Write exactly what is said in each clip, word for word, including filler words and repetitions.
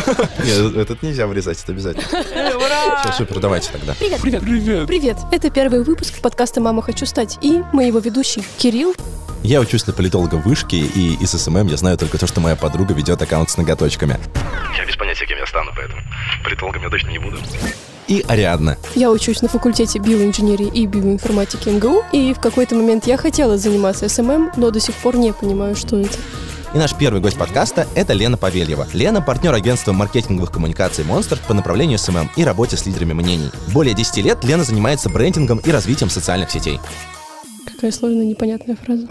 Нет, этот нельзя вырезать, это обязательно. Ура! Все, супер, давайте тогда. Привет. Привет, привет. Привет. Это первый выпуск подкаста «Мама, хочу стать». И мы его ведущий Кирилл. Я учусь на политолога в вышке, и из СММ я знаю только то, что моя подруга ведет аккаунт с ноготочками. Я без понятия, кем я стану, поэтому политологом я точно не буду. И Ариадна. Я учусь на факультете биоинженерии и биоинформатики эм гэ у, и в какой-то момент я хотела заниматься эс эм эм, но до сих пор не понимаю, что это. И наш первый гость подкаста – это Лена Павельева. Лена – партнер агентства маркетинговых коммуникаций «Монстр» по направлению эс эм эм и работе с лидерами мнений. Более десяти лет Лена занимается брендингом и развитием социальных сетей. Какая сложная, непонятная фраза.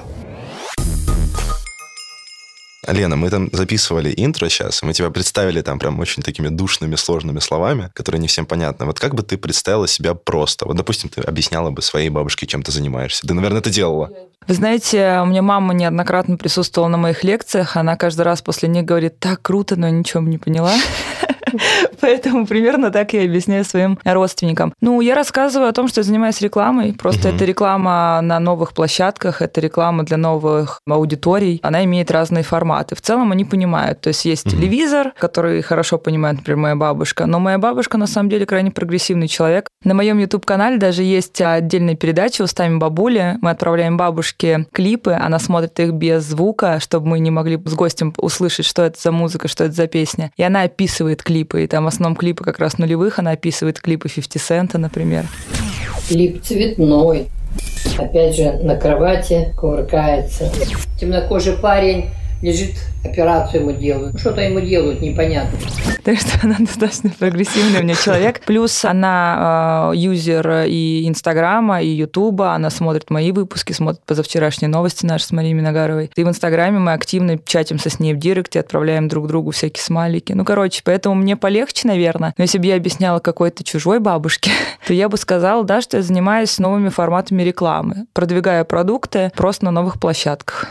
Лена, мы там записывали интро сейчас, мы тебя представили там прям очень такими душными, сложными словами, которые не всем понятны. Вот как бы ты представила себя просто? Вот, допустим, ты объясняла бы своей бабушке, чем ты занимаешься. Ты, наверное, это делала. Вы знаете, у меня мама неоднократно присутствовала на моих лекциях. Она каждый раз после них говорит: так круто, но я ничего не поняла. Поэтому примерно так я объясняю своим родственникам. Ну, я рассказываю о том, что я занимаюсь рекламой. Просто uh-huh. это реклама на новых площадках, это реклама для новых аудиторий. Она имеет разные форматы. В целом они понимают. То есть есть uh-huh. телевизор, который хорошо понимает, например, моя бабушка. Но моя бабушка, на самом деле, крайне прогрессивный человек. На моем YouTube-канале даже есть отдельная передача «Устами бабули». Мы отправляем бабушке клипы, она смотрит их без звука, чтобы мы не могли с гостем услышать, что это за музыка, что это за песня. И она описывает клипы. И там в основном клипы как раз нулевых, она описывает клипы фифти Цента, например. Клип цветной. Опять же, на кровати кувыркается. Темнокожий парень лежит, операцию ему делают. Что-то ему делают, непонятно. Так что она достаточно прогрессивный у меня человек. Плюс она э, юзер и Инстаграма, и Ютуба. Она смотрит мои выпуски, смотрит позавчерашние новости наши с Марией Миногаровой. И в Инстаграме мы активно чатимся с ней в директе, отправляем друг другу всякие смайлики. Ну, короче, поэтому мне полегче, наверное. Но если бы я объясняла какой-то чужой бабушке, то я бы сказала, да, что я занимаюсь новыми форматами рекламы. Продвигаю продукты просто на новых площадках.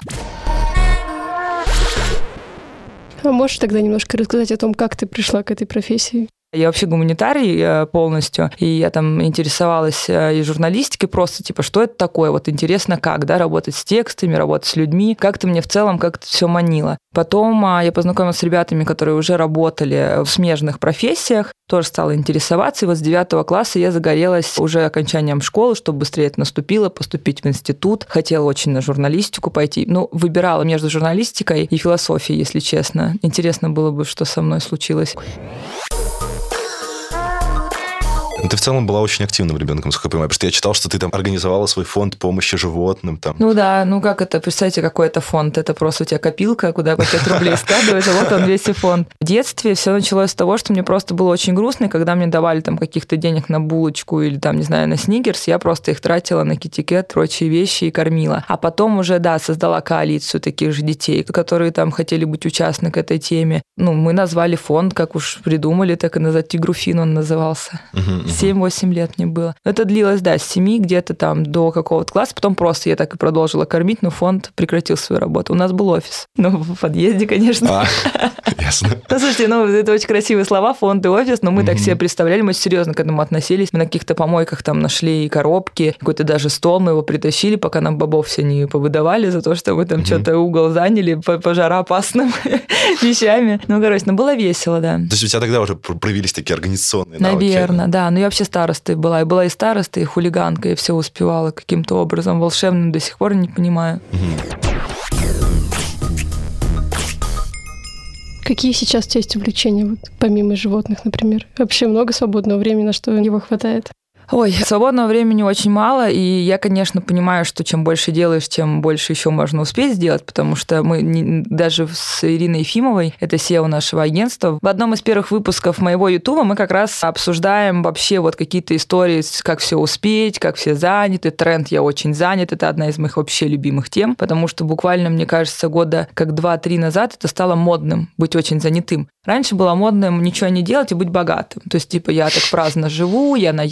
А можешь тогда немножко рассказать о том, как ты пришла к этой профессии? Я вообще гуманитарий полностью, и я там интересовалась и журналистикой просто, типа, что это такое, вот интересно как, да, работать с текстами, работать с людьми, как-то мне в целом как-то все манило. Потом я познакомилась с ребятами, которые уже работали в смежных профессиях, тоже стала интересоваться, и вот с девятого класса я загорелась уже окончанием школы, чтобы быстрее это наступило, поступить в институт. Хотела очень на журналистику пойти, ну, выбирала между журналистикой и философией, если честно. Интересно было бы, что со мной случилось. Ты в целом была очень активным ребенком, насколько я понимаю, потому что я читал, что ты там организовала свой фонд помощи животным. Там. Ну да, ну как это, представьте, какой это фонд? Это просто у тебя копилка, куда по пять рублей складываешь, а вот он весь и фонд. В детстве все началось с того, что мне просто было очень грустно, и когда мне давали там каких-то денег на булочку или там, не знаю, на сникерс, я просто их тратила на китикет, прочие вещи и кормила. А потом уже, да, создала коалицию таких же детей, которые там хотели быть участны к этой теме. Ну, мы назвали фонд, как уж придумали, так и назвать Тигруфин он назывался. семь-восемь лет мне было. Это длилось, да, с семи где-то там до какого-то класса. Потом просто я так и продолжила кормить, но фонд прекратил свою работу. У нас был офис. Ну, в подъезде, конечно. А, ясно. Ну, слушайте, ну, это очень красивые слова, фонд и офис, но мы так себе представляли, мы серьезно к этому относились. Мы на каких-то помойках там нашли коробки, какой-то даже стол, мы его притащили, пока нам бобов все не повыдавали за то, что мы там что-то угол заняли пожароопасным вещами. Ну, короче, ну, было весело, да. То есть у тебя тогда уже проявились такие организационные навыки? Наверное, да. Но я вообще старостой была. И была и старостой, и хулиганка, и все успевала каким-то образом волшебным, до сих пор не понимаю. Какие сейчас у тебя есть увлечения, вот, помимо животных, например? Вообще много свободного времени, на что его хватает? Ой, свободного времени очень мало, и я, конечно, понимаю, что чем больше делаешь, тем больше еще можно успеть сделать, потому что мы не, даже с Ириной Ефимовой, это сео нашего агентства, в одном из первых выпусков моего Ютуба мы как раз обсуждаем вообще вот какие-то истории, как все успеть, как все заняты, тренд «я очень занят», это одна из моих вообще любимых тем, потому что буквально, мне кажется, года как два-три назад это стало модным быть очень занятым. Раньше было модным ничего не делать и быть богатым. То есть, типа, я так праздно живу, я на яхте,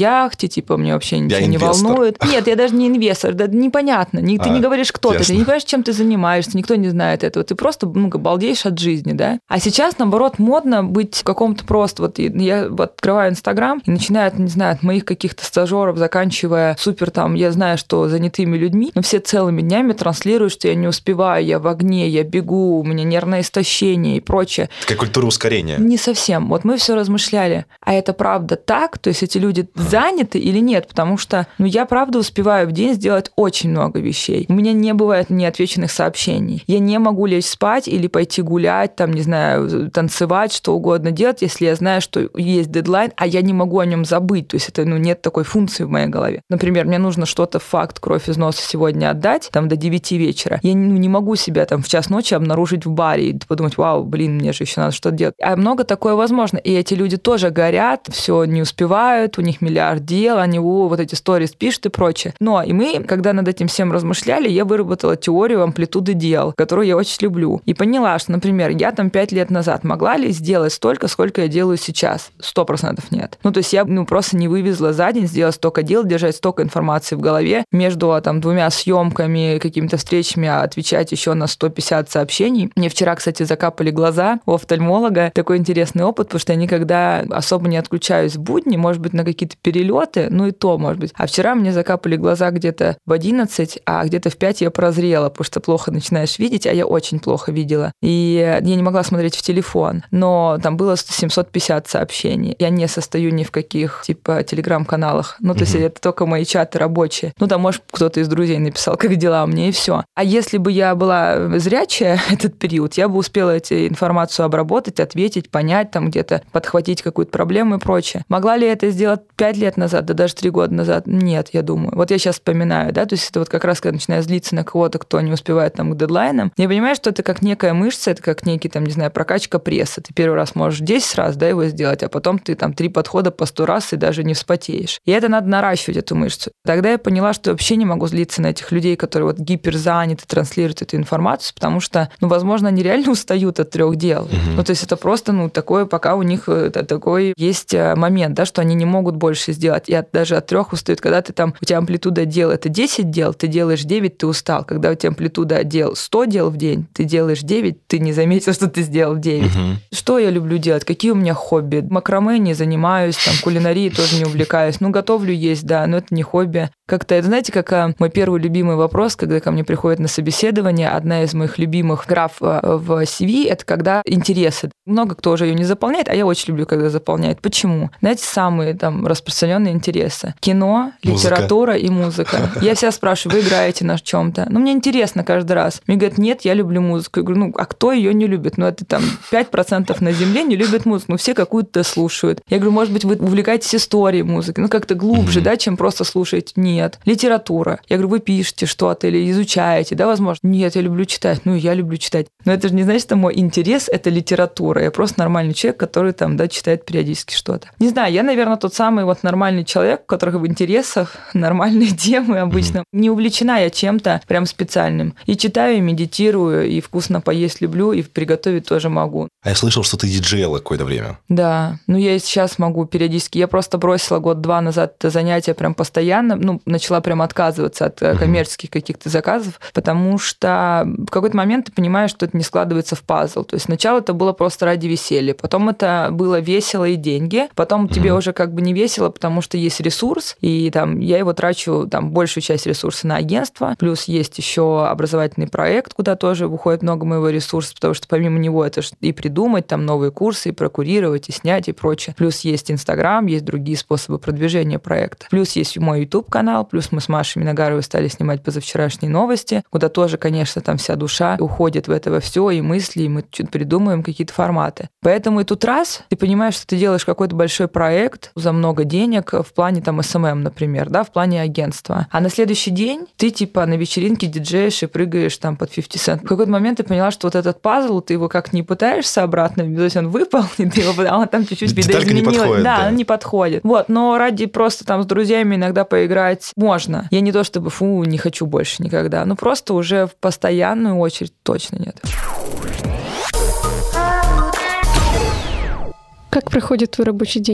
типа, мне вообще ничего Я не инвестор. волнует. Нет, я даже не инвестор, да непонятно. Не, ты А, не говоришь, кто ясно. ты, ты не понимаешь, чем ты занимаешься, никто не знает этого. Ты просто, ну, балдеешь от жизни, да? А сейчас, наоборот, модно быть в каком-то просто... Вот я вот открываю Инстаграм и начинаю, не знаю, от моих каких-то стажеров, заканчивая супер там, я знаю, что занятыми людьми, но все целыми днями транслируют, что я не успеваю, я в огне, я бегу, у меня нервное истощение и прочее. Такая культура ускорения. Не совсем. Вот мы все размышляли, а это правда так? То есть эти люди заняты или нет? Потому что, ну, я правда успеваю в день сделать очень много вещей. У меня не бывает неотвеченных сообщений. Я не могу лечь спать или пойти гулять, там, не знаю, танцевать, что угодно делать, если я знаю, что есть дедлайн, а я не могу о нем забыть. То есть это, ну, нет такой функции в моей голове. Например, мне нужно что-то, факт, кровь из носа сегодня отдать, там, до девяти вечера. Я, ну, не могу себя там в час ночи обнаружить в баре и подумать, вау, блин, мне же еще надо что-то делать. А много такое возможно. И эти люди тоже горят, все не успевают, у них миллиард дел, они о, вот эти сторис пишут и прочее. Но и мы, когда над этим всем размышляли, я выработала теорию амплитуды дел, которую я очень люблю. И поняла, что, например, я там пять лет назад могла ли сделать столько, сколько я делаю сейчас? Сто процентов нет. Ну, то есть я, ну, просто не вывезла за день сделать столько дел, держать столько информации в голове, между там двумя съемками, какими-то встречами, а отвечать еще на сто пятьдесят сообщений. Мне вчера, кстати, закапали глаза у офтальмолога. Такой интересный опыт, потому что я никогда особо не отключаюсь в будни, может быть, на какие-то перелеты, ну и то, может быть. А вчера мне закапали глаза где-то в одиннадцать, а где-то в пять я прозрела, потому что плохо начинаешь видеть, а я очень плохо видела. И я не могла смотреть в телефон, но там было семьсот пятьдесят сообщений. Я не состою ни в каких, типа, телеграм-каналах. Ну, то есть mm-hmm. это только мои чаты рабочие. Ну, там, может, кто-то из друзей написал, как дела у меня, и все. А если бы я была зрячая этот период, я бы успела эту информацию обработать, ответить, понять, там где-то подхватить какую-то проблему и прочее. Могла ли это сделать пять лет назад, да даже три года назад? Нет, я думаю. Вот я сейчас вспоминаю, да, то есть это вот как раз, когда начинаю злиться на кого-то, кто не успевает там к дедлайнам, я понимаю, что это как некая мышца, это как некий, там, не знаю, прокачка пресса. Ты первый раз можешь десять раз, да, его сделать, а потом ты там три подхода по сто раз и даже не вспотеешь. И это надо наращивать, эту мышцу. Тогда я поняла, что вообще не могу злиться на этих людей, которые вот гиперзаняты, транслируют эту информацию, потому что, ну, возможно, они реально устают от трех дел. Uh-huh. Ну, то есть это просто, ну, такое, пока у них это, такой есть момент, да, что они не могут больше сделать. И от, даже от трех устают. Когда ты там, у тебя амплитуда дел это десять дел, ты делаешь девять, ты устал. Когда у тебя амплитуда дел сто дел в день, ты делаешь девять, ты не заметил, что ты сделал девять. Uh-huh. Что я люблю делать? Какие у меня хобби? Макраме не занимаюсь, там, кулинарией тоже не увлекаюсь. Ну, готовлю есть, да, но это не хобби. Как-то, это, знаете, как мой первый любимый вопрос, когда ко мне приходят на собеседование, одна из моих любимых граф в си ви, это когда интересы. Много кто уже ее не заполняет, а я очень люблю, когда заполняет. Почему? Знаете, самые там распространенные интересы. Кино, литература музыка. И музыка. Я всегда спрашиваю, вы играете на чем-то? Ну, мне интересно каждый раз. Мне говорят, нет, я люблю музыку. Я говорю, ну, а кто ее не любит? Ну, это там пять процентов на земле не любят музыку, ну, все какую-то слушают. Я говорю, может быть, вы увлекаетесь историей музыки, ну, как-то глубже, mm-hmm. да, чем просто слушаете? Нет. Литература. Я говорю, вы пишете что-то или изучаете, да, возможно? Нет, я люблю читать. Ну, я люблю читать. Но это же не значит, что мой интерес – это литература. Я просто нормальный человек, который там, да, читает периодически что-то. Не знаю, я, наверное, тот самый вот нормальный человек, у которого в интересах нормальные темы обычно. Не увлечена я чем-то прям специальным. И читаю, и медитирую, и вкусно поесть люблю, и приготовить тоже могу. А я слышал, что ты диджеяла какое-то время. Да. Ну, я и сейчас могу периодически. Я просто бросила год-два назад это занятие прям постоянно. Ну, начала прям отказываться от коммерческих каких-то заказов, потому что в какой-то момент ты понимаешь, что это не складывается в пазл. То есть сначала это было просто ради веселья, потом это было весело и деньги, потом mm-hmm. тебе уже как бы не весело, потому что есть ресурс, и там я его трачу, там, большую часть ресурса на агентство, плюс есть еще образовательный проект, куда тоже выходит много моего ресурса, потому что помимо него это и придумать там новые курсы, и прокурировать, и снять, и прочее. Плюс есть Инстаграм, есть другие способы продвижения проекта. Плюс есть мой YouTube-канал, плюс мы с Машей Миногаровой стали снимать позавчерашние новости, куда тоже, конечно, там вся душа уходит в это все, и мысли, и мы что-то придумываем, какие-то форматы. Поэтому и тут раз ты понимаешь, что ты делаешь какой-то большой проект за много денег в плане там эс эм эм, например, да, в плане агентства. А на следующий день ты типа на вечеринке диджеешь и прыгаешь там под пятьдесят цент. В какой-то момент ты поняла, что вот этот пазл, ты его как не пытаешься обратно, то есть он выпал, и ты его, а он там чуть-чуть видоизменилось. Да, да, он не подходит. Вот, но ради просто там с друзьями иногда поиграть можно. Я не то чтобы, фу, не хочу больше никогда, но просто уже в постоянную очередь точно нет. Как проходит твой рабочий день?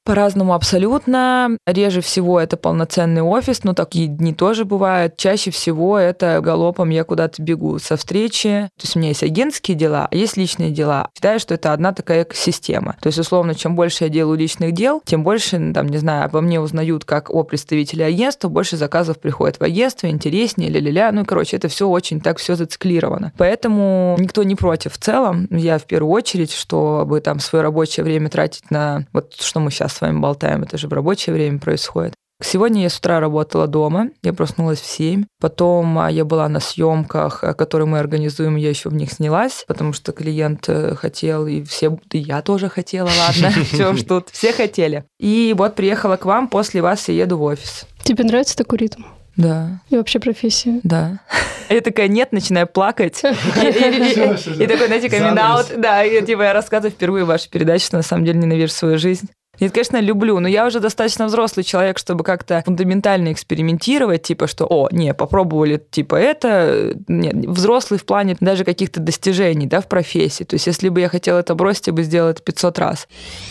По-разному абсолютно. Реже всего это полноценный офис, но такие дни тоже бывают. Чаще всего это галопом я куда-то бегу со встречи. То есть у меня есть агентские дела, а есть личные дела. Считаю, что это одна такая экосистема. То есть, условно, чем больше я делаю личных дел, тем больше, там, не знаю, обо мне узнают как о представителе агентства, больше заказов приходит в агентство, интереснее, ля-ля-ля. Ну, короче, это все очень так все зациклировано. Поэтому никто не против в целом. Я в первую очередь, чтобы там свое рабочее время тратить на вот что мы сейчас с вами болтаем, это же в рабочее время происходит. Сегодня я с утра работала дома, я проснулась в семь, потом я была на съемках, которые мы организуем, я еще в них снялась, потому что клиент хотел, и все, и я тоже хотела, ладно, все ж тут, все хотели. И вот приехала к вам, после вас я еду в офис. Тебе нравится такой ритм? Да. И вообще профессия? Да. Я такая, нет, начинаю плакать. И такой, знаете, камин-аут. Да, типа я рассказываю впервые в вашей передаче, что на самом деле ненавижу свою жизнь. Я, конечно, люблю, но я уже достаточно взрослый человек, чтобы как-то фундаментально экспериментировать, типа, что, о, не, попробовали, типа, это... Нет, взрослый в плане даже каких-то достижений, да, в профессии. То есть, если бы я хотела это бросить, я бы сделала это пятьсот раз.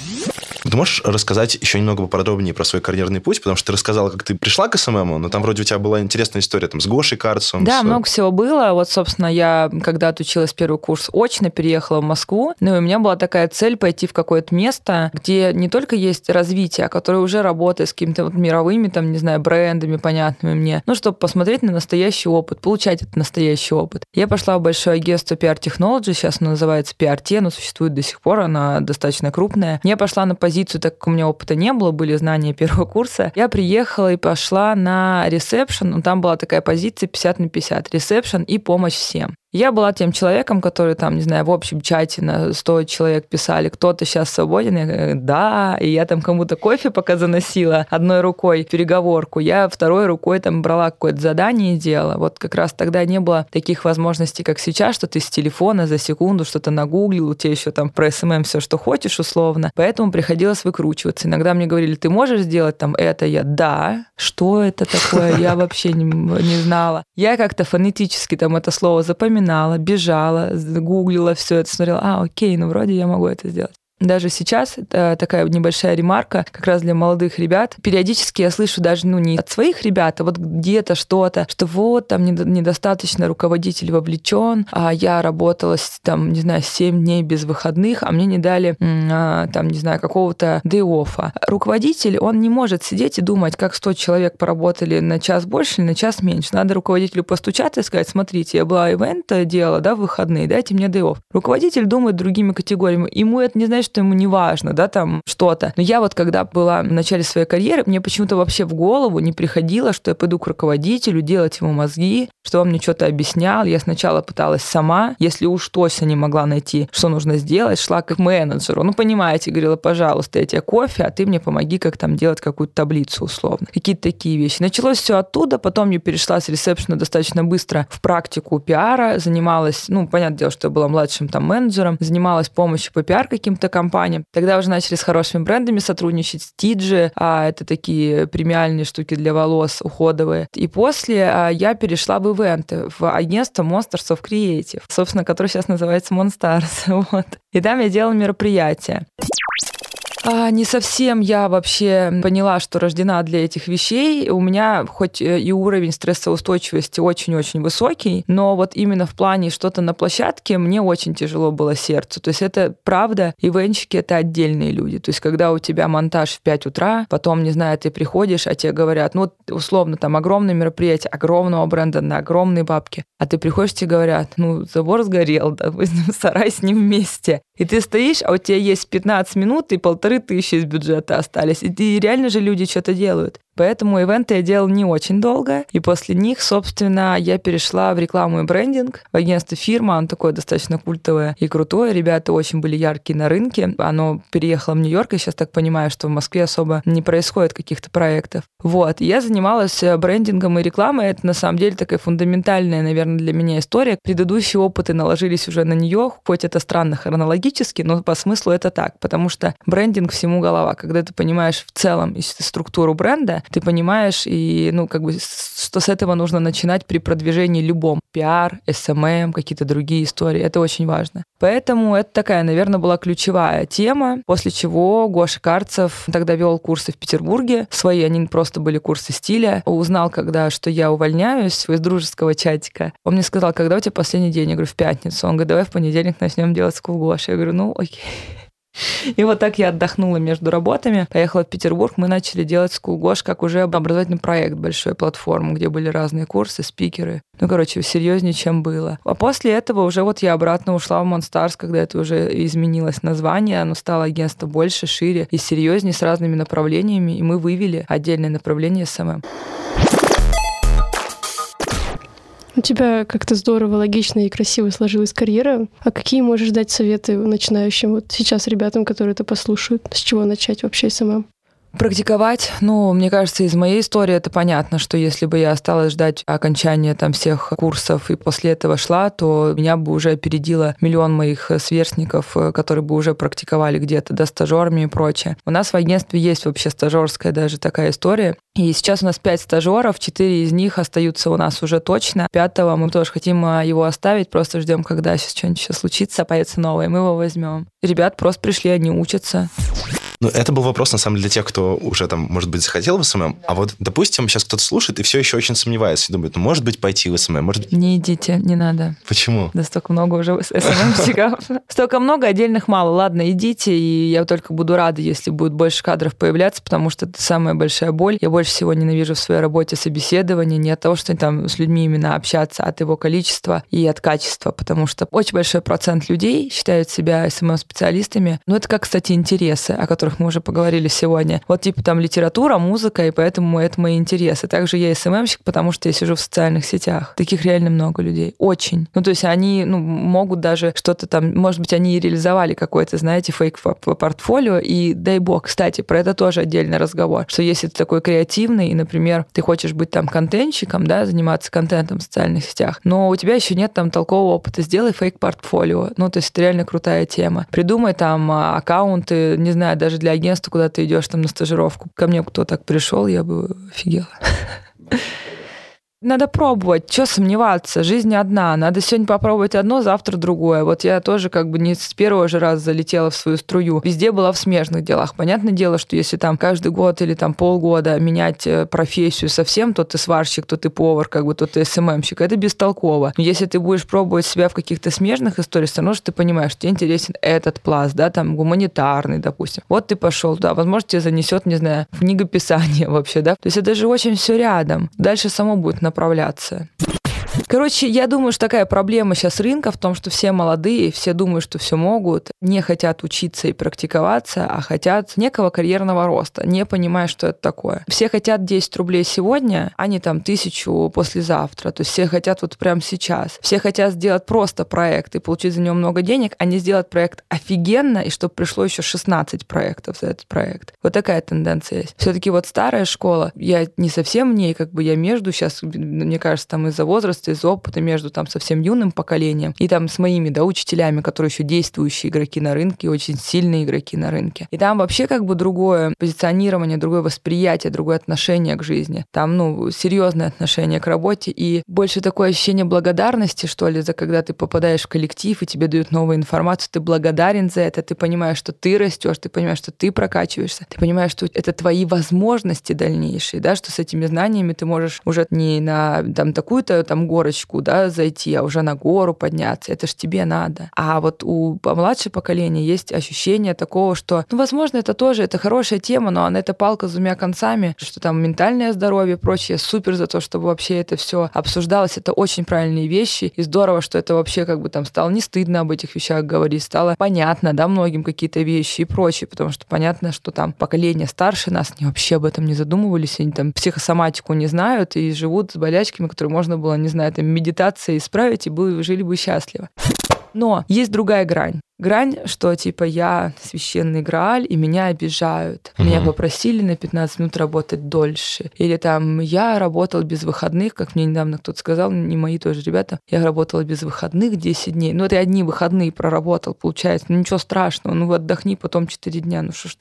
Ты можешь рассказать еще немного поподробнее про свой карьерный путь? Потому что ты рассказала, как ты пришла к СММу, но там вроде у тебя была интересная история там, с Гошей Карцем. Да, с... много всего было. Вот, собственно, я, когда отучилась первый курс очно, переехала в Москву. Ну, и у меня была такая цель пойти в какое-то место, где не только есть развитие, а которое уже работает с какими-то вот мировыми, там, не знаю, брендами, понятными мне, ну, чтобы посмотреть на настоящий опыт, получать этот настоящий опыт. Я пошла в большое агентство пи ар Technology, сейчас оно называется пи ар ти, но существует до сих пор, она достаточно крупная. Я пошла на позицию, так как у меня опыта не было, были знания первого курса. Я приехала и пошла на ресепшн, ну, там была такая позиция пятьдесят на пятьдесят, ресепшн и помощь всем. Я была тем человеком, который там, не знаю, в общем чате на сто человек писали, кто-то сейчас свободен, я говорю, да, и я там кому-то кофе пока заносила одной рукой переговорку, я второй рукой там брала какое-то задание и делала. Вот как раз тогда не было таких возможностей, как сейчас, что ты с телефона за секунду что-то нагуглил, у тебя еще там про эс эм эм все, что хочешь, условно. Поэтому приходилось выкручиваться. Иногда мне говорили, ты можешь сделать там это? Я, да. Что это такое? Я вообще не, не знала. Я как-то фонетически там это слово запоминала, бежала, гуглила все это, смотрела, а, окей, ну вроде я могу это сделать. Даже сейчас, это такая небольшая ремарка, как раз для молодых ребят. Периодически я слышу даже, ну, не от своих ребят, а вот где-то что-то, что вот там недостаточно руководитель вовлечен, а я работала, там, не знаю, семь дней без выходных, а мне не дали, там, не знаю, какого-то дэй-оффа. Руководитель, он не может сидеть и думать, как сто человек поработали на час больше или на час меньше. Надо руководителю постучаться и сказать, смотрите, я была ивент делала, да, в выходные, дайте мне дэй-офф. Руководитель думает другими категориями. Ему это не значит, что ему не важно, да, там что-то. Но я вот, когда была в начале своей карьеры, мне почему-то вообще в голову не приходило, что я пойду к руководителю делать ему мозги, что он мне что-то объяснял. Я сначала пыталась сама, если уж точно не могла найти, что нужно сделать, шла к менеджеру. Ну, понимаете, говорила, пожалуйста, я тебе кофе, а ты мне помоги, как там делать какую-то таблицу условно. Какие-то такие вещи. Началось все оттуда, потом я перешла с ресепшена достаточно быстро в практику пиара, занималась, ну, понятное дело, что я была младшим там менеджером, занималась помощью по пиар каким-то компаниям. Тогда уже начали с хорошими брендами сотрудничать, с Тиджи, а это такие премиальные штуки для волос, уходовые. И после а, я перешла в ивенты, в агентство Monsters of Creative, собственно, которое сейчас называется Monstars. Вот. И там я делала мероприятия. А, не совсем я вообще поняла, что рождена для этих вещей. У меня хоть и уровень стрессоустойчивости очень-очень высокий, но вот именно в плане что-то на площадке мне очень тяжело было сердцу. То есть это правда, ивенщики — это отдельные люди. То есть когда у тебя монтаж в пять утра, потом, не знаю, ты приходишь, а тебе говорят, ну, условно, там огромное мероприятие, огромного бренда на огромные бабки, а ты приходишь, тебе говорят, ну, забор сгорел, допустим, сарай с ним вместе. И ты стоишь, а у тебя есть пятнадцать минут и полторы тысячи из бюджета остались. И, и реально же люди что-то делают. Поэтому ивенты я делала не очень долго. И после них, собственно, я перешла в рекламу и брендинг. В агентство «Фирма», оно такое достаточно культовое и крутое. Ребята очень были яркие на рынке. Оно переехало в Нью-Йорк, и сейчас так понимаю, что в Москве особо не происходит каких-то проектов. Вот. Я занималась брендингом и рекламой. Это, на самом деле, такая фундаментальная, наверное, для меня история. Предыдущие опыты наложились уже на нее, хоть это странно хронологически, но по смыслу это так. Потому что брендинг всему голова. Когда ты понимаешь в целом структуру бренда, ты понимаешь, и, ну, как бы, что с этого нужно начинать при продвижении любом. Пиар, эс эм эм, какие-то другие истории. Это очень важно. Поэтому это такая, наверное, была ключевая тема, после чего Гоша Карцев тогда вел курсы в Петербурге. Свои, они просто были курсы стиля. Узнал, когда, что я увольняюсь из дружеского чатика. Он мне сказал, когда у тебя последний день? Я говорю, в пятницу. Он говорит, давай в понедельник начнем делать School Гоша. Я говорю, ну, окей. И вот так я отдохнула между работами, поехала в Петербург, мы начали делать School Гош как уже образовательный проект, большой платформу, где были разные курсы, спикеры. Ну, короче, серьезнее, чем было. А после этого уже вот я обратно ушла в Monstars, когда это уже изменилось название, оно стало агентство больше, шире и серьезнее, с разными направлениями, и мы вывели отдельное направление эс эм эм. У тебя как-то здорово, логично и красиво сложилась карьера. А какие можешь дать советы начинающим вот сейчас ребятам, которые это послушают? С чего начать вообще эс эм эм? Практиковать, ну, мне кажется, из моей истории это понятно, что если бы я осталась ждать окончания там всех курсов и после этого шла, то меня бы уже опередило миллион моих сверстников, которые бы уже практиковали где-то, да, стажерами и прочее. У нас в агентстве есть вообще стажерская даже такая история. И сейчас у нас пять стажеров, четыре из них остаются у нас уже точно. Пятого мы тоже хотим его оставить, просто ждем, когда сейчас что-нибудь еще случится, появится новое, мы его возьмем. Ребят просто пришли, они учатся. Ну, это был вопрос, на самом деле, для тех, кто уже там, может быть, захотел в эс эм эм. А вот, допустим, сейчас кто-то слушает и все еще очень сомневается и думает, ну, может быть, пойти в эс эм эм, может быть... Не идите, не надо. Почему? Да столько много уже эс эм эм-щиков. Столько много, отдельных мало. Ладно, идите, и я только буду рада, если будет больше кадров появляться, потому что это самая большая боль. Я больше всего ненавижу в своей работе собеседование не от того, что там с людьми именно общаться, а от его количества и от качества, потому что очень большой процент людей считают себя эс эм эм-специалистами. Но это как, кстати, интересы, о которых мы уже поговорили сегодня. Вот типа там литература, музыка, и поэтому это мои интересы. Также я эс эм эм-щик, потому что я сижу в социальных сетях. Таких реально много людей. Очень. Ну, то есть они, ну, могут даже что-то там, может быть, они и реализовали какой-то, знаете, фейк-портфолио, и дай бог, кстати, про это тоже отдельный разговор, что если ты такой креативный, и, например, ты хочешь быть там контентщиком, да, заниматься контентом в социальных сетях, но у тебя еще нет там толкового опыта, сделай фейк-портфолио. Ну, то есть это реально крутая тема. Придумай там аккаунты, не знаю, даже для агентства, куда ты идешь там на стажировку. Ко мне кто так пришел, я бы офигела. Надо пробовать, что сомневаться, жизнь одна. Надо сегодня попробовать одно, завтра другое. Вот я тоже как бы не с первого же раза залетела в свою струю. Везде была в смежных делах. Понятное дело, что если там каждый год или там полгода менять профессию совсем, то ты сварщик, то ты повар, как бы, то ты эс эм эм-щик, это бестолково. Но если ты будешь пробовать себя в каких-то смежных историях, все равно, что ты понимаешь, что тебе интересен этот пласт, да, там гуманитарный, допустим. Вот ты пошел туда, возможно, тебе занесет, не знаю, в книгописание вообще, да. То есть это же очень все рядом. Дальше само будет направляться. Короче, я думаю, что такая проблема сейчас рынка в том, что все молодые, все думают, что все могут, не хотят учиться и практиковаться, а хотят некого карьерного роста, не понимая, что это такое. Все хотят десять рублей сегодня, а не там тысячу послезавтра. То есть все хотят вот прямо сейчас. Все хотят сделать просто проект и получить за него много денег, а не сделать проект офигенно, и чтобы пришло еще шестнадцать проектов за этот проект. Вот такая тенденция есть. Все-таки вот старая школа, я не совсем в ней, как бы я между сейчас, мне кажется, там из-за возраста, из опыта между там совсем юным поколением и там с моими, да, учителями, которые еще действующие игроки на рынке, очень сильные игроки на рынке. И там вообще как бы другое позиционирование, другое восприятие, другое отношение к жизни. Там, ну, серьезное отношение к работе и больше такое ощущение благодарности, что ли, за когда ты попадаешь в коллектив и тебе дают новую информацию, ты благодарен за это, ты понимаешь, что ты растешь, ты понимаешь, что ты прокачиваешься, ты понимаешь, что это твои возможности дальнейшие, да, что с этими знаниями ты можешь уже не на там такую-то там горочку, да, зайти, а уже на гору подняться. Это ж тебе надо. А вот у младшего поколения есть ощущение такого, что, ну, возможно, это тоже, это хорошая тема, но она это палка с двумя концами, что там ментальное здоровье и прочее. Супер за то, чтобы вообще это все обсуждалось. Это очень правильные вещи. И здорово, что это вообще как бы там стало не стыдно об этих вещах говорить, стало понятно, да, многим какие-то вещи и прочее, потому что понятно, что там поколение старше нас, они вообще об этом не задумывались, они там психосоматику не знают и живут с болячками, которые можно было, не знаю, там медитацией исправить, и бы, жили бы счастливо. Но есть другая грань. Грань, что типа я священный Грааль, и меня обижают. Uh-huh. Меня попросили на пятнадцать минут работать дольше. Или там я работал без выходных, как мне недавно кто-то сказал, не мои тоже ребята, я работала без выходных десять дней. Ну, это я одни выходные проработал, получается. Ну, ничего страшного, ну, отдохни потом четыре дня, ну, что ж такое.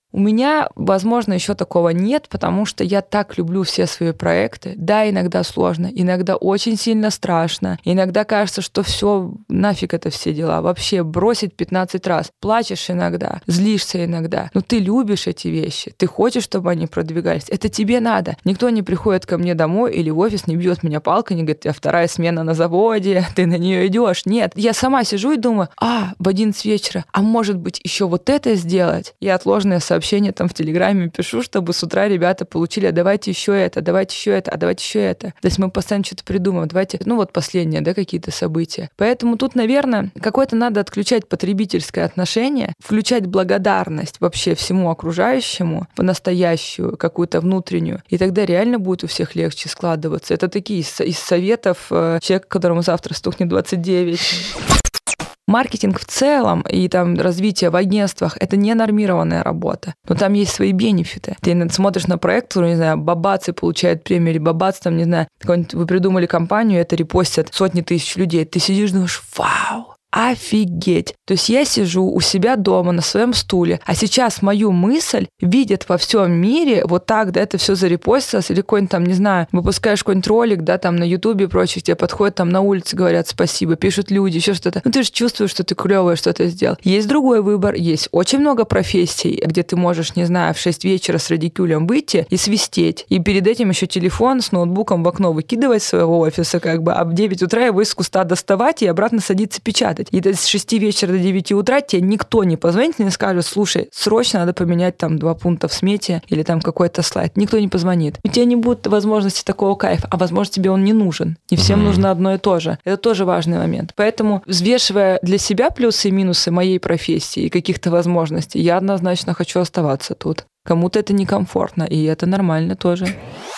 У меня, возможно, еще такого нет, потому что я так люблю все свои проекты. Да, иногда сложно, иногда очень сильно страшно, иногда кажется, что все, нафиг это все дела, вообще бросить пятнадцать раз. Плачешь иногда, злишься иногда, но ты любишь эти вещи, ты хочешь, чтобы они продвигались. Это тебе надо. Никто не приходит ко мне домой или в офис, не бьет меня палкой, не говорит, у тебя вторая смена на заводе, ты на нее идешь. Нет, я сама сижу и думаю, а, в одиннадцать вечера, а может быть еще вот это сделать? Я отложенное сообщение там в Телеграме пишу, чтобы с утра ребята получили, а давайте еще это, давайте еще это, а давайте еще это. То есть мы постоянно что-то придумываем, давайте, ну вот последнее, да, какие-то события. Поэтому тут, наверное, какое-то надо отключать потребительское отношение, включать благодарность вообще всему окружающему, по-настоящую, какую-то внутреннюю, и тогда реально будет у всех легче складываться. Это такие из, из советов э, человека, которому завтра стукнет двадцать девять. Маркетинг в целом и там развитие в агентствах – это не нормированная работа. Но там есть свои бенефиты. Ты смотришь на проект, который, не знаю, Бабацы получает премию, или Бабац, там, не знаю, вы придумали компанию, это репостят сотни тысяч людей. Ты сидишь, думаешь, вау, офигеть. То есть я сижу у себя дома на своем стуле, а сейчас мою мысль видят во всем мире, вот так, да, это все зарепостилось, или какой-нибудь там, не знаю, выпускаешь какой-нибудь ролик, да, там на Ютубе и прочих, тебе подходят там на улице, говорят спасибо, пишут люди, еще что-то. Ну ты же чувствуешь, что ты клевое что-то сделал. Есть другой выбор, есть очень много профессий, где ты можешь, не знаю, в шесть вечера с радикюлем выйти и свистеть, и перед этим еще телефон с ноутбуком в окно выкидывать из своего офиса, как бы, а в девять утра его из куста доставать и обратно садиться печатать. И с шести вечера до девяти утра тебе никто не позвонит и не скажет, слушай, срочно надо поменять там два пункта в смете или там какой-то слайд. Никто не позвонит. У тебя не будет возможности такого кайфа, а возможно тебе он не нужен. Не всем mm-hmm. нужно одно и то же. Это тоже важный момент. Поэтому, взвешивая для себя плюсы и минусы моей профессии и каких-то возможностей, я однозначно хочу оставаться тут. Кому-то это некомфортно, и это нормально тоже.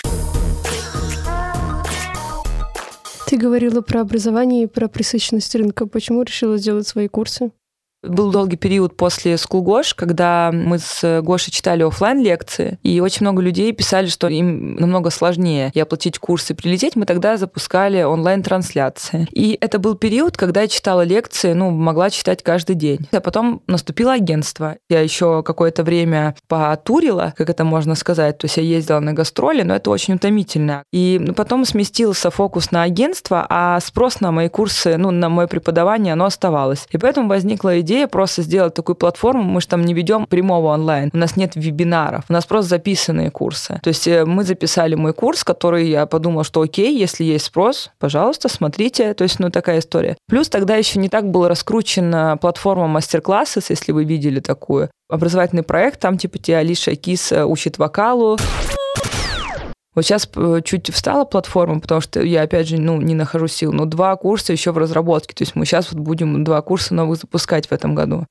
Ты говорила про образование и про пресыщенность рынка. Почему решила сделать свои курсы? Был долгий период после School.Gosh, когда мы с Гошей читали офлайн-лекции, и очень много людей писали, что им намного сложнее и оплатить курсы, и прилететь. Мы тогда запускали онлайн-трансляции. И это был период, когда я читала лекции, ну, могла читать каждый день. А потом наступило агентство. Я еще какое-то время потурила, как это можно сказать, то есть я ездила на гастроли, но это очень утомительно. И потом сместился фокус на агентство, а спрос на мои курсы, ну, на мое преподавание, оно оставалось. И поэтому возникла идея идея просто сделать такую платформу. Мы же там не ведем прямого онлайн. У нас нет вебинаров. У нас просто записанные курсы. То есть мы записали мой курс, который я подумала, что окей, если есть спрос, пожалуйста, смотрите. То есть, ну, такая история. Плюс тогда еще не так была раскручена платформа мастер-классы, если вы видели такую. Образовательный проект, там типа тебя Алиша Кис учит вокалу. Вот сейчас чуть встала платформа, потому что я, опять же, ну, не нахожу сил, но два курса еще в разработке. То есть мы сейчас вот будем два курса новых запускать в этом году.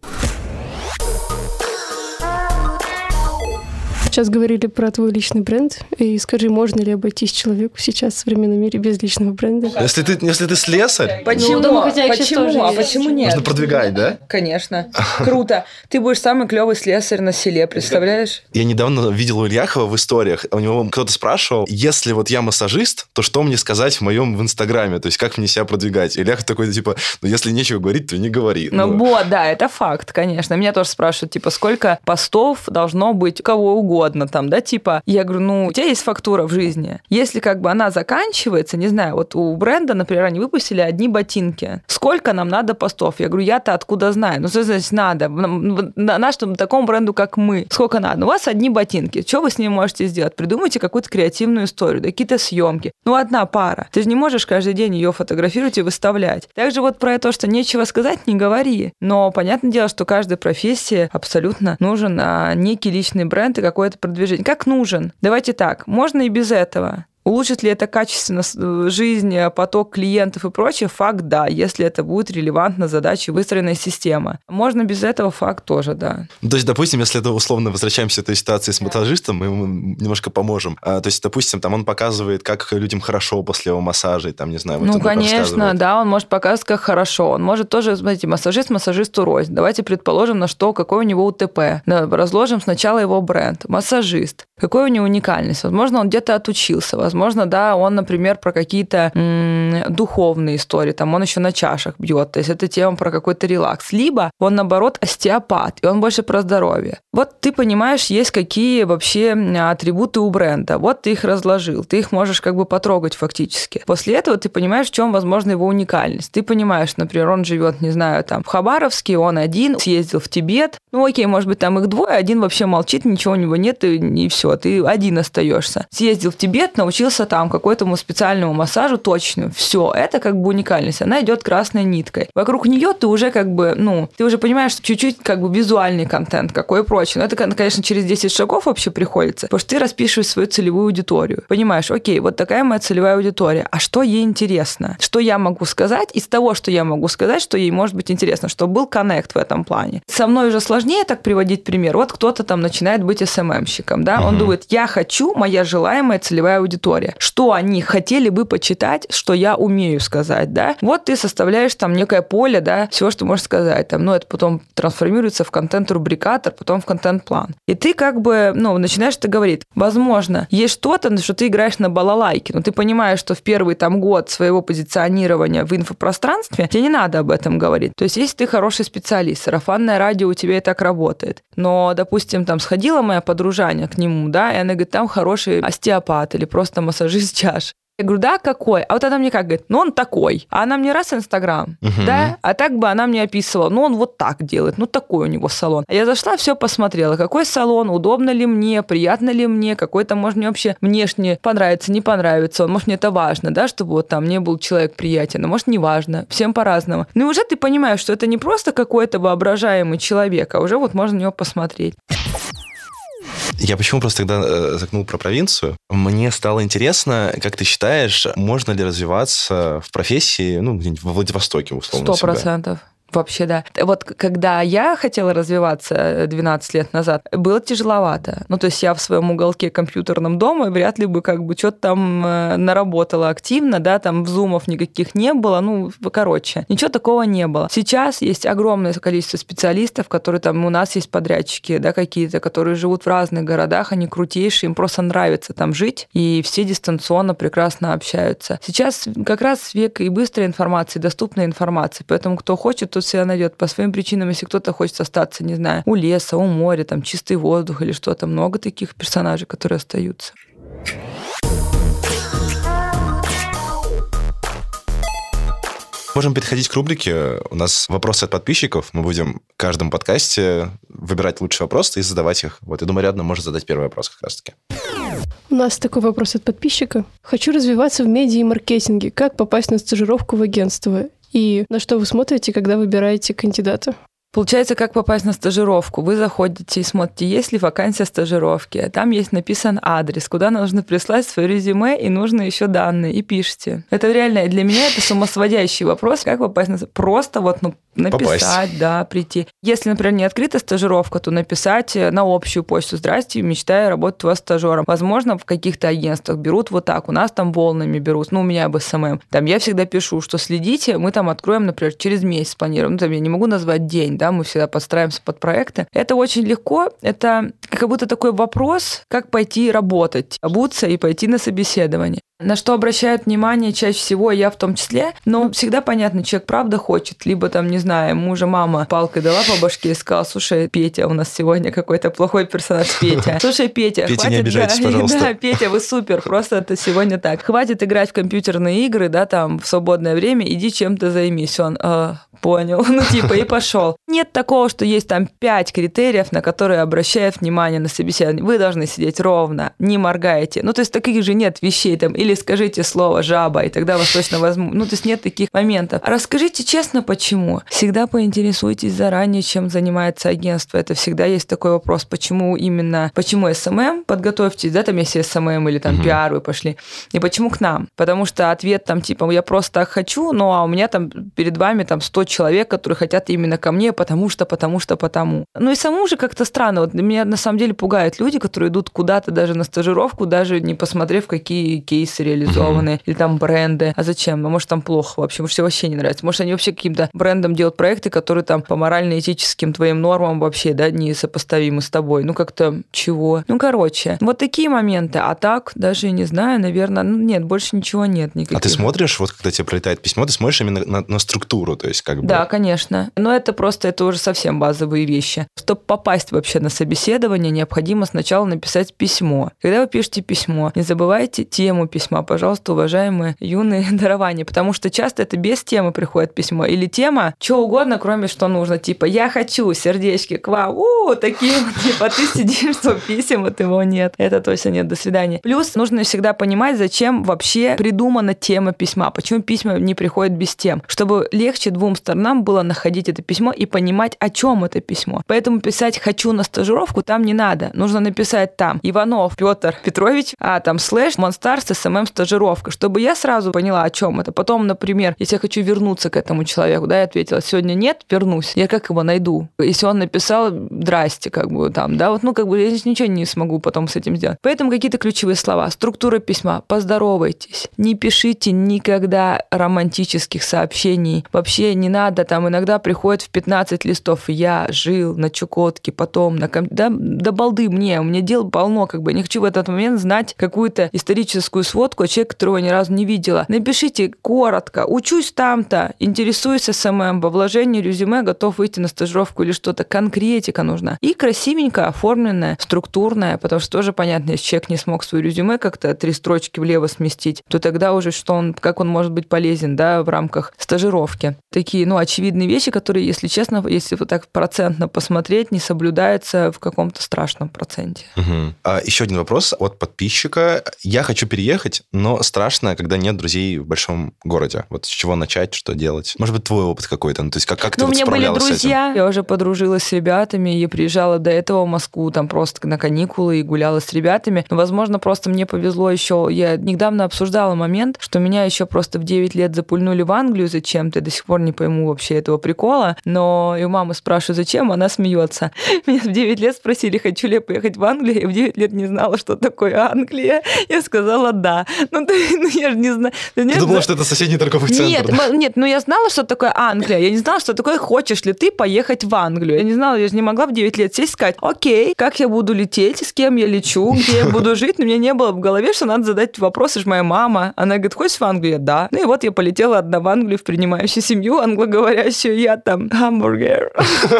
Сейчас говорили про твой личный бренд. И скажи, можно ли обойтись человеку сейчас в современном мире без личного бренда? Если ты, если ты слесарь... Почему? Ну, почему? А почему нет? Можно продвигать, да? Конечно. Круто. Ты будешь самый клевый слесарь на селе, представляешь? Я недавно видел у Ильяхова в историях. У него кто-то спрашивал, если вот я массажист, то что мне сказать в моем в Инстаграме? То есть как мне себя продвигать? Ильяхов такой, типа, ну если нечего говорить, то не говори. Ну, ну. Вот, да, это факт, конечно. Меня тоже спрашивают, типа, сколько постов должно быть у кого угодно там, да, типа, я говорю, ну, у тебя есть фактура в жизни. Если как бы она заканчивается, не знаю, вот у бренда, например, они выпустили одни ботинки. Сколько нам надо постов? Я говорю, я-то откуда знаю? Ну, что значит надо? На нашему такому бренду, как мы. Сколько надо? У вас одни ботинки. Что вы с ними можете сделать? Придумайте какую-то креативную историю, да, какие-то съемки. Ну, одна пара. Ты же не можешь каждый день ее фотографировать и выставлять. Также вот про то, что нечего сказать, не говори. Но понятное дело, что каждой профессии абсолютно нужен а, некий личный бренд и какое-то продвижение. Как нужен? Давайте так, можно и без этого. Улучшит ли это качественно жизнь, поток клиентов и прочее? Факт, да, если это будет релевантно задаче выстроенной системы. Можно без этого? Факт тоже, да. То есть, допустим, если это условно возвращаемся к этой ситуации с массажистом, мы ему немножко поможем. А, то есть, допустим, там он показывает, как людям хорошо после его массажа, и там, не знаю, ну, конечно, да, он может показывать, как хорошо. Он может тоже, смотрите, массажист массажисту рознь. Давайте предположим, на что, какой у него УТП. Да, разложим сначала его бренд. Массажист. Какой у него уникальность? Возможно, он где-то отучился, возможно, Возможно, да, он, например, про какие-то м- духовные истории, там он еще на чашах бьет, то есть это тема про какой-то релакс. Либо он, наоборот, остеопат, и он больше про здоровье. Вот ты понимаешь, есть какие вообще атрибуты у бренда. Вот ты их разложил, ты их можешь как бы потрогать фактически. После этого ты понимаешь, в чем, возможно, его уникальность. Ты понимаешь, например, он живет, не знаю, там в Хабаровске, он один, съездил в Тибет. Ну окей, может быть, там их двое, один вообще молчит, ничего у него нет, и, и все, ты один остаешься. Съездил в Тибет, научился там какой-то специальному массажу точно. Все, это как бы уникальность. Она идет красной ниткой. Вокруг нее ты уже как бы, ну, ты уже понимаешь, что чуть-чуть как бы визуальный контент, какой и прочее. Но это, конечно, через десять шагов вообще приходится, потому что ты распишешь свою целевую аудиторию. Понимаешь, окей, вот такая моя целевая аудитория. А что ей интересно? Что я могу сказать из того, что я могу сказать, что ей может быть интересно, чтобы был коннект в этом плане. Со мной уже сложнее так приводить пример. Вот кто-то там начинает быть эс эм эм-щиком, да, он uh-huh. думает, я хочу, моя желаемая целевая аудитория. Что они хотели бы почитать, что я умею сказать, да? Вот ты составляешь там некое поле, да, всего, что можешь сказать. Там, ну, это потом трансформируется в контент-рубрикатор, потом в контент-план. И ты как бы, ну, начинаешь это говорить. Возможно, есть что-то, что ты играешь на балалайке, но ты понимаешь, что в первый там год своего позиционирования в инфопространстве тебе не надо об этом говорить. То есть, если ты хороший специалист, сарафанное радио у тебя и так работает, но, допустим, там сходила моя подружаня к нему, да, и она говорит, там хороший остеопат или просто массажист чаш. Я говорю, да, какой? А вот она мне как говорит, ну он такой. А она мне раз Инстаграм, uh-huh. да? А так бы она мне описывала, ну он вот так делает, ну такой у него салон. А я зашла, все посмотрела, какой салон, удобно ли мне, приятно ли мне, какой-то, может, мне вообще внешне понравится, не понравится, может, мне это важно, да, чтобы вот там мне был человек приятен, а может, не важно, всем по-разному. Ну и уже ты понимаешь, что это не просто какой-то воображаемый человек, а уже вот можно на него посмотреть. Я почему просто тогда э, загнул про провинцию? Мне стало интересно, как ты считаешь, можно ли развиваться в профессии, ну, где-нибудь во Владивостоке, условно, Сто процентов. Вообще, да. Вот когда я хотела развиваться двенадцать лет назад, было тяжеловато. Ну, то есть я в своем уголке компьютерном дома вряд ли бы как бы что-то там наработала активно, да, там зумов никаких не было, ну, короче, ничего такого не было. Сейчас есть огромное количество специалистов, которые там, у нас есть подрядчики, да, какие-то, которые живут в разных городах, они крутейшие, им просто нравится там жить, и все дистанционно прекрасно общаются. Сейчас как раз век и быстрой информации, доступной информации, поэтому кто хочет, тот себя найдет по своим причинам. Если кто-то хочет остаться, не знаю, у леса, у моря, там чистый воздух или что-то, много таких персонажей, которые остаются. Можем переходить к рубрике. У нас вопросы от подписчиков. Мы будем в каждом подкасте выбирать лучшие вопросы и задавать их. Вот, я думаю, Ариадна может задать первый вопрос как раз-таки. У нас такой вопрос от подписчика. Хочу развиваться в медиа и маркетинге. Как попасть на стажировку в агентство? И на что вы смотрите, когда выбираете кандидата? Получается, как попасть на стажировку. Вы заходите и смотрите, есть ли вакансия стажировки. Там есть написан адрес, куда нужно прислать свое резюме и нужны еще данные, и пишите. Это реально для меня это самосводящий вопрос, как попасть на стажировку. Просто вот ну, написать, попасть. Да, прийти. Если, например, не открыта стажировка, то написать на общую почту: «Здрасте, мечтаю работать у вас стажером». Возможно, в каких-то агентствах берут вот так, у нас там волнами берут, ну, у меня об эс эм эм. Там я всегда пишу, что следите, мы там откроем, например, через месяц планируем. Ну, там я не могу назвать день, да, мы всегда подстраиваемся под проекты. Это очень легко, это как будто такой вопрос, как пойти работать, обуться и пойти на собеседование. На что обращают внимание чаще всего, я в том числе, но всегда понятно, человек правда хочет, либо там, не знаю, мужа мама палкой дала по башке и сказала: слушай, Петя, у нас сегодня какой-то плохой персонаж Петя. Слушай, Петя, Петя, хватит, не обижайтесь, да, пожалуйста. Да, Петя, вы супер, просто это сегодня так. Хватит играть в компьютерные игры, да, там, в свободное время, иди чем-то займись. Он, а, понял, ну типа и пошел. Нет такого, что есть там пять критериев, на которые обращают внимание на собеседование. Вы должны сидеть ровно, не моргаете. Ну, то есть таких же нет вещей там, или скажите слово «жаба», и тогда вас точно возьмут. Ну, то есть нет таких моментов. Расскажите честно, почему. Всегда поинтересуйтесь заранее, чем занимается агентство. Это всегда есть такой вопрос, почему именно, почему эс эм эм, подготовьтесь, да, там если эс эм эм или там uh-huh. пиар вы пошли, и почему к нам? Потому что ответ там типа «я просто так хочу», ну, а у меня там перед вами там сто человек, которые хотят именно ко мне, потому что, потому что, потому. Ну, и самому же как-то странно. Вот мне на самом самом деле пугают люди, которые идут куда-то даже на стажировку, даже не посмотрев, какие кейсы реализованы, mm-hmm. или там бренды. А зачем? А может, там плохо вообще? Может, тебе вообще не нравится? Может, они вообще каким-то брендом делают проекты, которые там по морально-этическим твоим нормам вообще, да, не сопоставимы с тобой. Ну, как-то чего? Ну, короче, вот такие моменты. А так, даже не знаю, наверное, ну, нет, больше ничего нет никаких. А ты смотришь, вот когда тебе прилетает письмо, ты смотришь именно на, на структуру, то есть как бы... Да, конечно. Но это просто, это уже совсем базовые вещи. Чтобы попасть вообще на собеседование, необходимо сначала написать письмо. Когда вы пишете письмо, не забывайте тему письма, пожалуйста, уважаемые юные дарования, потому что часто это без темы приходит письмо. Или тема, что угодно, кроме что нужно. Типа, я хочу, сердечки, к вам. У, такие вот, типа, ты сидишь, что писем, вот его нет. Это точно нет, до свидания. Плюс нужно всегда понимать, зачем вообще придумана тема письма, почему письма не приходят без тем, чтобы легче двум сторонам было находить это письмо и понимать, о чем это письмо. Поэтому писать «хочу на стажировку» там не надо. Нужно написать там Иванов Петр Петрович, а там слэш Monstars эс эм эм стажировка, чтобы я сразу поняла, о чем это. Потом, например, если я хочу вернуться к этому человеку, да, я ответила, сегодня нет, вернусь. Я как его найду? Если он написал «здрасте», как бы там, да, вот, ну, как бы я ничего не смогу потом с этим сделать. Поэтому какие-то ключевые слова. Структура письма. Поздоровайтесь. Не пишите никогда романтических сообщений. Вообще не надо, там иногда приходит в пятнадцать листов. Я жил на Чукотке, потом на... Ком... Да, да балды мне, у меня дел полно, как бы. Не хочу в этот момент знать какую-то историческую сводку от человека, которого я ни разу не видела. Напишите коротко. Учусь там-то, интересуюсь эс эм эм, во вложении резюме, готов выйти на стажировку или что-то. Конкретика нужна. И красивенько оформленная, структурная, потому что тоже понятно, если человек не смог свое резюме как-то три строчки влево сместить, то тогда уже что он, как он может быть полезен, да, в рамках стажировки. Такие, ну, очевидные вещи, которые, если честно, если вот так процентно посмотреть, не соблюдаются в каком-то страшном проценте. Угу. А еще один вопрос от подписчика. Я хочу переехать, но страшно, когда нет друзей в большом городе. Вот с чего начать, что делать? Может быть, твой опыт какой-то? Ну, то есть как, как ты ну, вот справлялась с этим? У меня были друзья, я уже подружилась с ребятами, я приезжала до этого в Москву там просто на каникулы и гуляла с ребятами. Но, возможно, просто мне повезло еще. Я недавно обсуждала момент, что меня еще просто в девять лет запульнули в Англию зачем-то. Я до сих пор не пойму вообще этого прикола. Но и у мамы спрашиваю, зачем, она смеется. Меня в девять лет спросили, хочу ли я поехать в Англию. Я в девять лет не знала, что такое Англия. Я сказала да. Ну, ну я же не знаю. Ты нет, думала, что это соседний торговый центр? Нет, да? нет, ну я знала, что такое Англия. Я не знала, что такое хочешь ли ты поехать в Англию. Я не знала, я же не могла в девять лет сесть и сказать, окей, как я буду лететь, с кем я лечу, где я буду жить. Но у меня не было в голове, что надо задать вопрос, это же моя мама. Она говорит, хочешь в Англию? Я, да. Ну и вот я полетела одна в Англию в принимающую семью англоговорящую. Я там, гамбургер,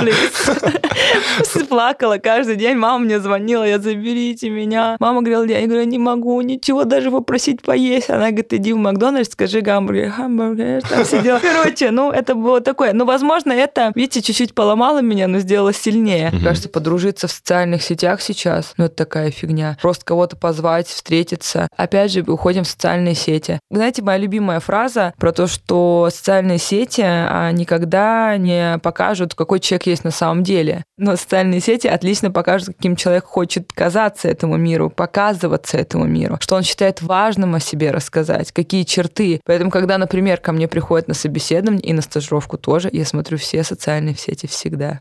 please. Плакала каждый день. Мама мне звонила, я, заберите меня. Мама говорила, я говорю, не могу ничего даже попросить поесть. Она говорит, иди в Макдональдс, скажи гамбургер, гамбургер, там сидела. Короче, ну это было такое. Ну, возможно, это, видите, чуть-чуть поломало меня, но сделало сильнее. Мне кажется, подружиться в социальных сетях сейчас, ну это такая фигня. Просто кого-то позвать, встретиться. Опять же, уходим в социальные сети. Знаете, моя любимая фраза про то, что социальные сети никогда не покажут, какой человек есть на самом деле. Но социальные сети отлично покажут, каким человек хочет казаться этому миру, показываться этому миру, что он считает важным о себе рассказать, какие черты. Поэтому, когда, например, ко мне приходят на собеседование и на стажировку тоже, я смотрю все социальные сети всегда.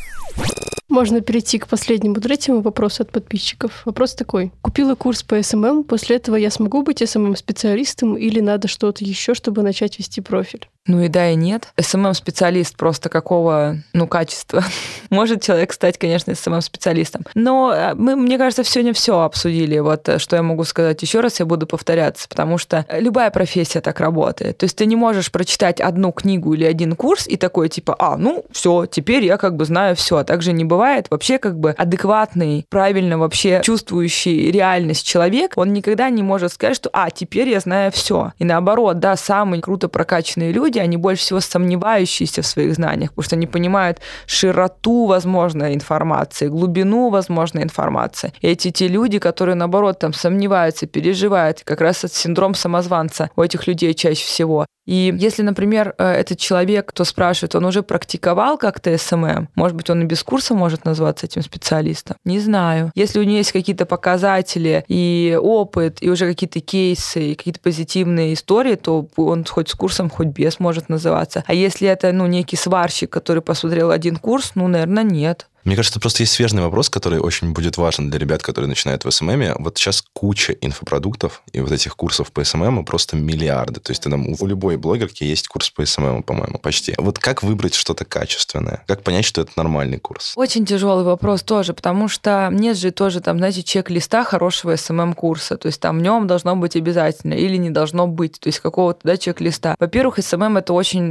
Можно перейти к последнему, третьему вопросу от подписчиков. Вопрос такой. Купила курс по эс эм эм, после этого я смогу быть эс эм эм-специалистом или надо что-то еще, чтобы начать вести профиль? Ну и да, и нет. эс эм эм-специалист просто какого, ну, качества? Может человек стать, конечно, эс эм эм-специалистом. Но мы, мне кажется, сегодня все обсудили. Вот что я могу сказать еще раз, я буду повторяться, потому что любая профессия так работает. То есть ты не можешь прочитать одну книгу или один курс и такой типа, а, ну, все, теперь я как бы знаю все. А так же не бывает. Вообще как бы адекватный, правильно вообще чувствующий реальность человек, он никогда не может сказать, что, а, теперь я знаю все. И наоборот, да, самые круто прокачанные люди, они больше всего сомневающиеся в своих знаниях, потому что они понимают широту возможной информации, глубину возможной информации. И эти те люди, которые, наоборот, там сомневаются, переживают, как раз этот синдром самозванца у этих людей чаще всего. И если, например, этот человек, кто спрашивает, он уже практиковал как-то эс эм эм, может быть, он и без курса может назваться этим специалистом? Не знаю. Если у него есть какие-то показатели и опыт, и уже какие-то кейсы, и какие-то позитивные истории, то он хоть с курсом, хоть без может называться. А если это, ну, некий сварщик, который посмотрел один курс, ну, наверное, нет. Мне кажется, просто есть свежий вопрос, который очень будет важен для ребят, которые начинают в эс эм эм. Вот сейчас куча инфопродуктов и вот этих курсов по эс эм эм просто миллиарды. То есть ты там, у любой блогерки есть курс по эс эм эм, по-моему, почти. Вот как выбрать что-то качественное? Как понять, что это нормальный курс? Очень тяжелый вопрос тоже, потому что нет же тоже там, знаете, чек-листа хорошего эс эм эм-курса. То есть там в нем должно быть обязательно или не должно быть. То есть какого-то, да, чек-листа. Во-первых, эс эм эм это очень,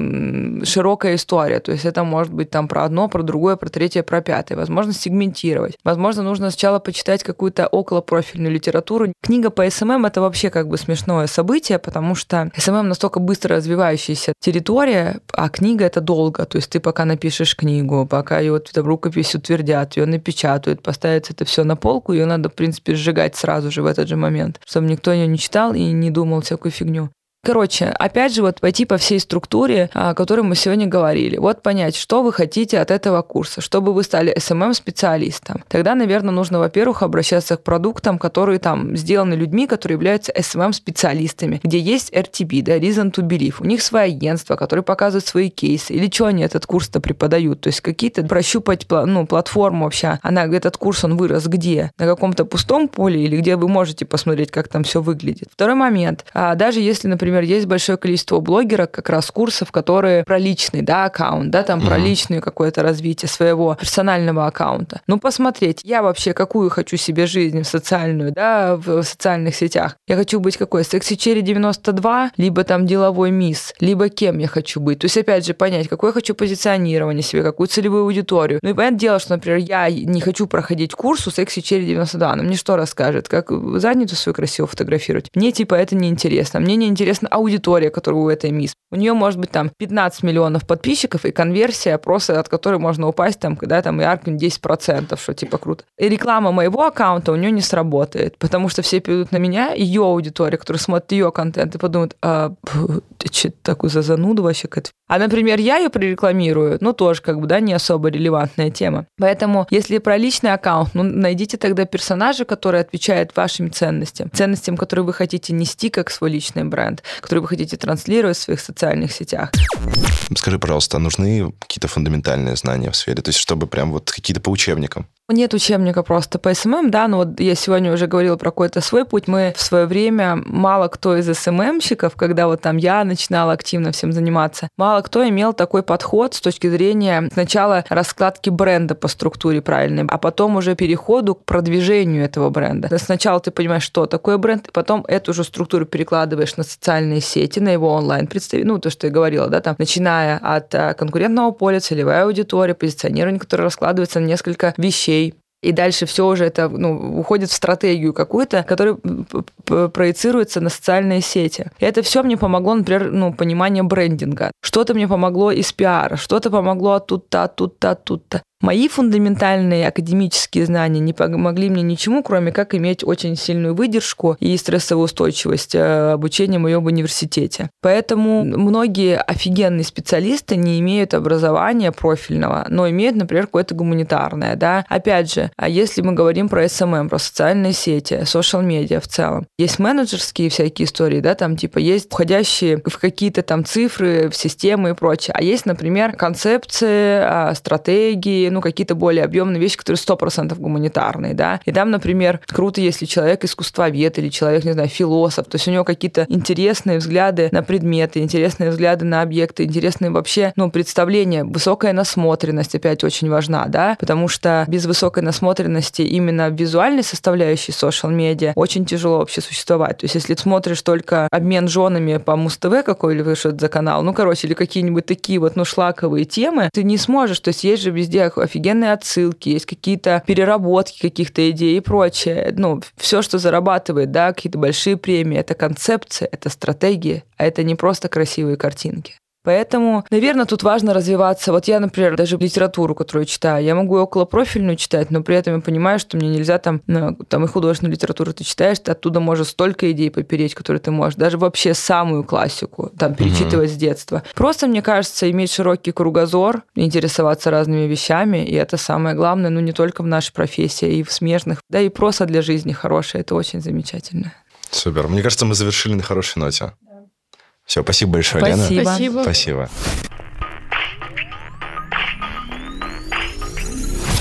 ну, широкая история. То есть это может быть там про одно, про другое, про третье, про пятое. Возможно, сегментировать. Возможно, нужно сначала почитать какую-то околопрофильную литературу. Книга по эс эм эм это вообще как бы смешное событие, потому что эс эм эм настолько быстро развивающаяся территория, а книга это долго. То есть ты пока напишешь книгу, пока ее вот в рукопись утвердят, ее напечатают, поставят это все на полку, ее надо, в принципе, сжигать сразу же в этот же момент, чтобы никто ее не читал и не думал всякую фигню. Короче, опять же, вот пойти по всей структуре, о которой мы сегодня говорили. Вот понять, что вы хотите от этого курса, чтобы вы стали эс эм эм-специалистом. Тогда, наверное, нужно, во-первых, обращаться к продуктам, которые там сделаны людьми, которые являются эс эм эм-специалистами, где есть эр ти би, да, Reason to Believe. У них свои агентства, которые показывают свои кейсы. Или что они этот курс-то преподают? То есть какие-то прощупать, ну, платформу вообще. Она, этот курс, он вырос где? На каком-то пустом поле или где вы можете посмотреть, как там все выглядит? Второй момент. Даже если, например, есть большое количество блогеров, как раз курсов, которые про личный, да, аккаунт, да, там mm-hmm. про личное какое-то развитие своего персонального аккаунта. Ну, посмотреть, я вообще какую хочу себе жизнь в социальную, да, в, в социальных сетях. Я хочу быть какой? Секси Черри девяносто два, либо там деловой мисс, либо кем я хочу быть. То есть, опять же, понять, какое я хочу позиционирование себе, какую целевую аудиторию. Ну, и понятное дело, что, например, я не хочу проходить курс у Секси Черри девяносто два. Она мне что расскажет? Как задницу свою красиво фотографировать? Мне, типа, это неинтересно. Мне неинтересно аудитория, которая у этой мисс. У нее может быть там пятнадцать миллионов подписчиков и конверсия просто, от которой можно упасть там, когда там и аркнуть десять процентов, что типа круто. И реклама моего аккаунта у нее не сработает, потому что все придут на меня, ее аудитория, которая смотрит ее контент, и подумают, а, ты что такой за зануду вообще? А, например, я ее прорекламирую, ну, тоже как бы, да, не особо релевантная тема. Поэтому, если про личный аккаунт, ну, найдите тогда персонажа, который отвечает вашим ценностям, ценностям, которые вы хотите нести как свой личный бренд, которые вы хотите транслировать в своих социальных сетях. Скажи, пожалуйста, нужны какие-то фундаментальные знания в сфере? То есть, чтобы прям вот какие-то по учебникам? Нет учебника просто по эс эм эм, да, но вот я сегодня уже говорила про какой-то свой путь. Мы в свое время, мало кто из эс эм эм-щиков, когда вот там я начинала активно всем заниматься, мало кто имел такой подход с точки зрения сначала раскладки бренда по структуре правильной, а потом уже переходу к продвижению этого бренда. Сначала ты понимаешь, что такое бренд, и потом эту же структуру перекладываешь на социальные сети, на его онлайн-представление, ну, то, что я говорила, да, там, начиная от конкурентного поля, целевая аудитория, позиционирование, которое раскладывается на несколько вещей. И дальше все уже это, ну, уходит в стратегию какую-то, которая проецируется на социальные сети. И это все мне помогло, например, ну, понимание брендинга. Что-то мне помогло из пиара, что-то помогло оттуда, оттуда, оттуда. Мои фундаментальные академические знания не помогли мне ничему, кроме как иметь очень сильную выдержку и стрессовую устойчивость обучения моего в университете. Поэтому многие офигенные специалисты не имеют образования профильного, но имеют, например, какое-то гуманитарное. Да? Опять же, а если мы говорим про эс эм эм, про социальные сети, social-медиа в целом, есть менеджерские всякие истории, да, там типа есть входящие в какие-то там цифры, в системы и прочее. А есть, например, концепции, стратегии, ну, какие-то более объемные вещи, которые сто процентов гуманитарные, да. И там, например, круто, если человек искусствовед или человек, не знаю, философ, то есть у него какие-то интересные взгляды на предметы, интересные взгляды на объекты, интересные вообще, ну, представления, высокая насмотренность опять очень важна, да, потому что без высокой насмотренности именно в визуальной составляющей social-медиа очень тяжело вообще существовать. То есть если ты смотришь только обмен женами по Муз-ТВ какой или что это за канал, ну, короче, или какие-нибудь такие вот, ну, шлаковые темы, ты не сможешь, то есть есть же везде офигенные отсылки, есть какие-то переработки каких-то идей и прочее. Ну, все, что зарабатывает, да, какие-то большие премии, это концепция, это стратегия, а это не просто красивые картинки. Поэтому, наверное, тут важно развиваться. Вот я, например, даже литературу, которую читаю, я могу и околопрофильную читать, но при этом я понимаю, что мне нельзя там, ну, там и художественную литературу ты читаешь, ты оттуда можешь столько идей попереть, которые ты можешь, даже вообще самую классику там перечитывать mm-hmm. с детства. Просто, мне кажется, иметь широкий кругозор, интересоваться разными вещами, и это самое главное, ну, не только в нашей профессии, и в смежных, да и просто для жизни хорошее, это очень замечательно. Супер. Мне кажется, мы завершили на хорошей ноте. Все, спасибо большое, спасибо. Лена. Спасибо. Спасибо.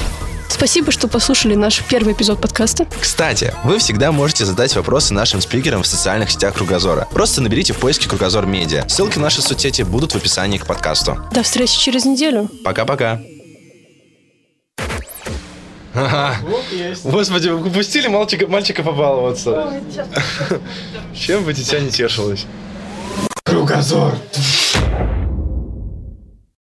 Спасибо, что послушали наш первый эпизод подкаста. Кстати, вы всегда можете задать вопросы нашим спикерам в социальных сетях Кругозора. Просто наберите в поиске Кругозор Медиа. Ссылки в наши соцсети будут в описании к подкасту. До встречи через неделю. Пока-пока. Ага. Господи, вы упустили мальчика, мальчика побаловаться. Чем бы дитя не тешилось? Кругозор.